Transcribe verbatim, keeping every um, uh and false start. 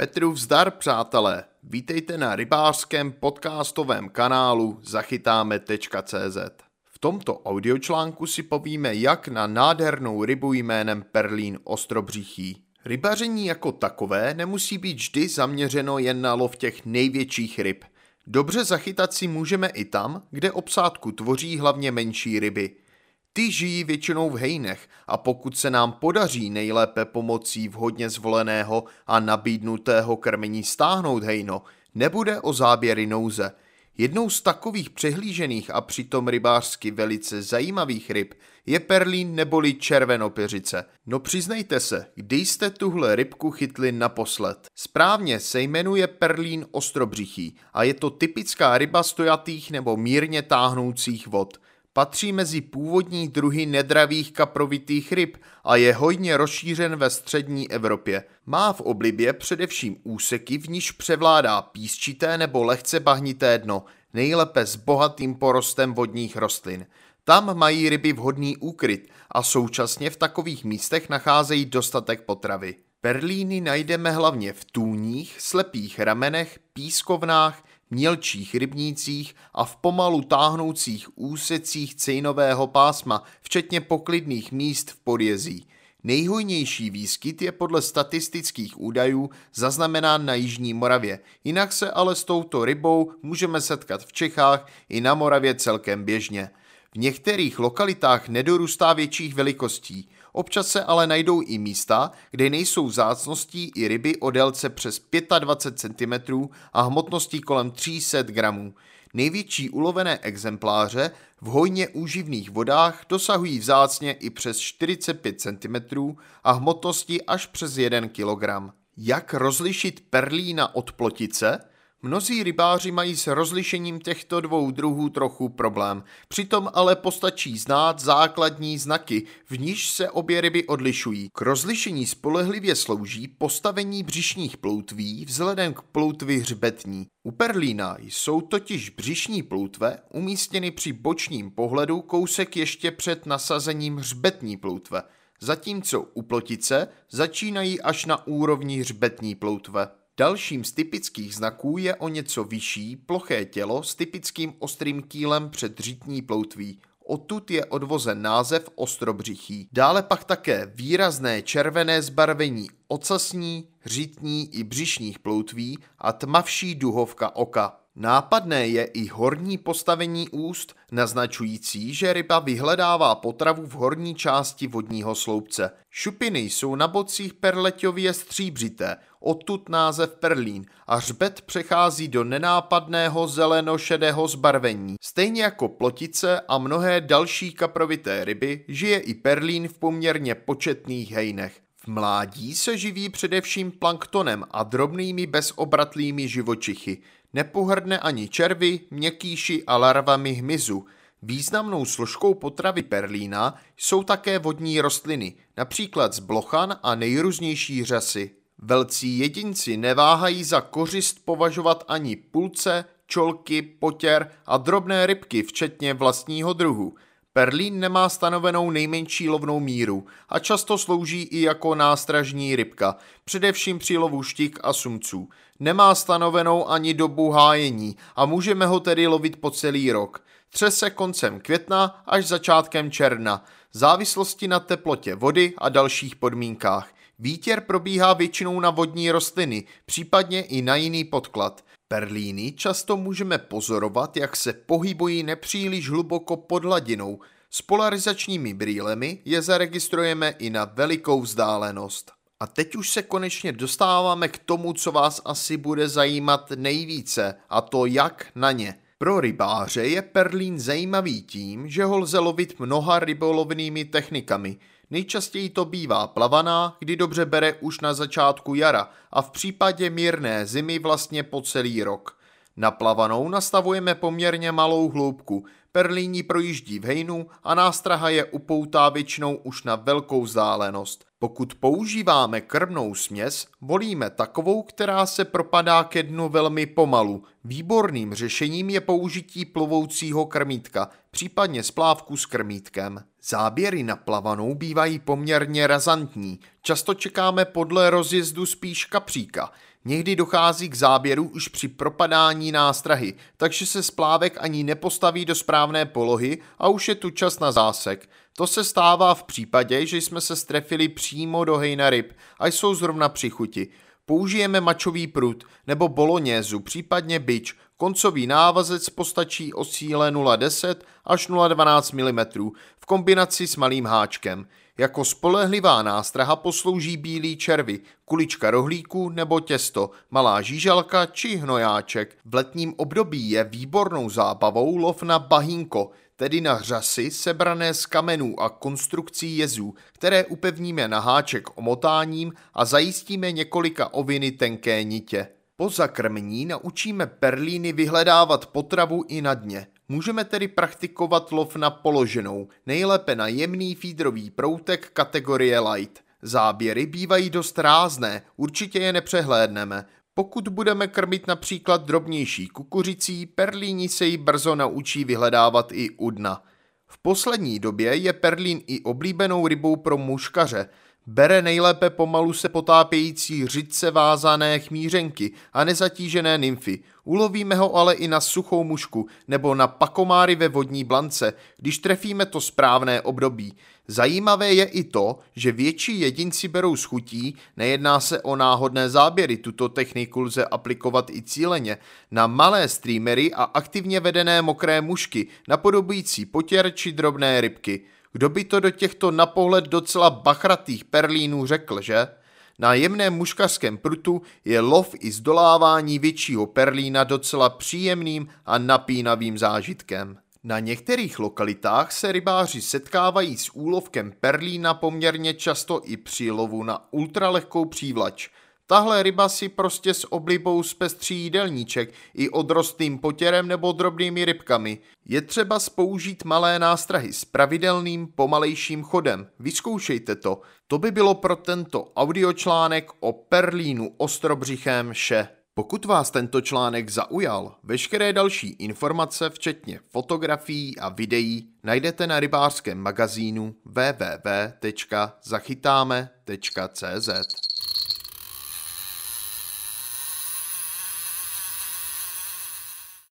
Petrův zdar, přátelé, vítejte na rybářském podcastovém kanálu zachytáme tečka cé zet. V tomto audiočlánku si povíme, jak na nádhernou rybu jménem perlín ostrobřichý. Rybaření jako takové nemusí být vždy zaměřeno jen na lov těch největších ryb. Dobře zachytat si můžeme i tam, kde obsádku tvoří hlavně menší ryby. Ty žijí většinou v hejnech a pokud se nám podaří nejlépe pomocí vhodně zvoleného a nabídnutého krmení stáhnout hejno, nebude o záběry nouze. Jednou z takových přehlížených a přitom rybářsky velice zajímavých ryb je perlín neboli červenopeřice. No přiznejte se, kdy jste tuhle rybku chytli naposled? Správně se jmenuje perlín ostrobřichý a je to typická ryba stojatých nebo mírně táhnoucích vod. Patří mezi původní druhy nedravých kaprovitých ryb a je hojně rozšířen ve střední Evropě. Má v oblibě především úseky, v níž převládá písčité nebo lehce bahnité dno, nejlépe s bohatým porostem vodních rostlin. Tam mají ryby vhodný úkryt a současně v takových místech nacházejí dostatek potravy. Perlíny najdeme hlavně v tůních, slepých ramenech, pískovnách, mělčích rybnících a v pomalu táhnoucích úsecích cejnového pásma, včetně poklidných míst v podjezí. Nejhojnější výskyt je podle statistických údajů zaznamenán na jižní Moravě, jinak se ale s touto rybou můžeme setkat v Čechách i na Moravě celkem běžně. V některých lokalitách nedorůstá větších velikostí, občas se ale najdou i místa, kde nejsou vzácností i ryby o délce přes dvacet pět centimetrů a hmotností kolem tři sta gramů. Největší ulovené exempláře v hojně úživných vodách dosahují vzácně i přes čtyřicet pět centimetrů a hmotnosti až přes jeden kilogram. Jak rozlišit perlína od plotice? Mnozí rybáři mají s rozlišením těchto dvou druhů trochu problém, přitom ale postačí znát základní znaky, v níž se obě ryby odlišují. K rozlišení spolehlivě slouží postavení břišních ploutví vzhledem k ploutvi hřbetní. U perlína jsou totiž břišní ploutve umístěny při bočním pohledu kousek ještě před nasazením hřbetní ploutve, zatímco u plotice začínají až na úrovni hřbetní ploutve. Dalším z typických znaků je o něco vyšší, ploché tělo s typickým ostrým kýlem před řitní ploutví. Odtud je odvozen název ostrobřichý. Dále pak také výrazné červené zbarvení ocasní, řitní i břišních ploutví a tmavší duhovka oka. Nápadné je i horní postavení úst, naznačující, že ryba vyhledává potravu v horní části vodního sloupce. Šupiny jsou na bocích perleťově stříbřité, odtud název perlín a hřbet přechází do nenápadného zeleno-šedého zbarvení. Stejně jako plotice a mnohé další kaprovité ryby žije i perlín v poměrně početných hejnech. V mládí se živí především planktonem a drobnými bezobratlými živočichy. Nepohrdne ani červy, měkkýši a larvami hmyzu. Významnou složkou potravy perlína jsou také vodní rostliny, například zblochan a nejrůznější řasy. Velcí jedinci neváhají za kořist považovat ani pulce, čolky, potěr a drobné rybky, včetně vlastního druhu. Perlín nemá stanovenou nejmenší lovnou míru a často slouží i jako nástražní rybka, především při lovu štik a sumců. Nemá stanovenou ani dobu hájení a můžeme ho tedy lovit po celý rok. Tře se koncem května až začátkem června, v závislosti na teplotě vody a dalších podmínkách. Výtěr probíhá většinou na vodní rostliny, případně i na jiný podklad. Perlíny často můžeme pozorovat, jak se pohybují nepříliš hluboko pod hladinou. S polarizačními brýlemi je zaregistrujeme i na velikou vzdálenost. A teď už se konečně dostáváme k tomu, co vás asi bude zajímat nejvíce, a to jak na ně. Pro rybáře je perlín zajímavý tím, že ho lze lovit mnoha rybolovnými technikami. Nejčastěji to bývá plavaná, kdy dobře bere už na začátku jara a v případě mírné zimy vlastně po celý rok. Na plavanou nastavujeme poměrně malou hloubku, perlíni projíždí v hejnu a nástraha je upoutá většinou už na velkou vzdálenost. Pokud používáme krmnou směs, volíme takovou, která se propadá ke dnu velmi pomalu. Výborným řešením je použití plovoucího krmítka, případně splávku s krmítkem. Záběry na plavanou bývají poměrně razantní. Často čekáme podle rozjezdu spíš kapříka. Někdy dochází k záběru už při propadání nástrahy, takže se splávek ani nepostaví do správné polohy a už je tu čas na zásek. To se stává v případě, že jsme se strefili přímo do hejna ryb a jsou zrovna při chuti. Použijeme mačový prut nebo bolognézu, případně bič. Koncový návazec postačí o síle nula celá deset až nula celá dvanáct milimetrů v kombinaci s malým háčkem. Jako spolehlivá nástraha poslouží bílý červy, kulička rohlíku nebo těsto, malá žížalka či hnojáček. V letním období je výbornou zábavou lov na bahínko, tedy na hřasy sebrané z kamenů a konstrukcí jezů, které upevníme na háček omotáním a zajistíme několika oviny tenké nitě. Po zakrmení naučíme perlíny vyhledávat potravu i na dně. Můžeme tedy praktikovat lov na položenou, nejlépe na jemný feederový proutek kategorie light. Záběry bývají dost rázné, určitě je nepřehlédneme. Pokud budeme krmit například drobnější kukuřicí, perlíni se ji brzo naučí vyhledávat i u dna. V poslední době je perlín i oblíbenou rybou pro muškaře. Bere nejlépe pomalu se potápějící řidce vázané chmířenky a nezatížené nymfy. Ulovíme ho ale i na suchou mušku nebo na pakomáry ve vodní blance, když trefíme to správné období. Zajímavé je i to, že větší jedinci berou s chutí, nejedná se o náhodné záběry, tuto techniku lze aplikovat i cíleně, na malé streamery a aktivně vedené mokré mušky, napodobující potěr či drobné rybky. Kdo by to do těchto na pohled docela bachratých perlínů řekl, že? Na jemném muškařském prutu je lov i zdolávání většího perlína docela příjemným a napínavým zážitkem. Na některých lokalitách se rybáři setkávají s úlovkem perlína poměrně často i při lovu na ultralehkou přívlač. Tahle ryba si prostě s oblibou zpestří jídelníček i odrostlým potěrem nebo drobnými rybkami. Je třeba použít malé nástrahy s pravidelným pomalejším chodem. Vyzkoušejte to. To by bylo pro tento audiočlánek o perlínu ostrobřichém vše. Pokud vás tento článek zaujal, veškeré další informace, včetně fotografií a videí, najdete na rybářském magazínu w w w tečka zachytáme tečka cé zet.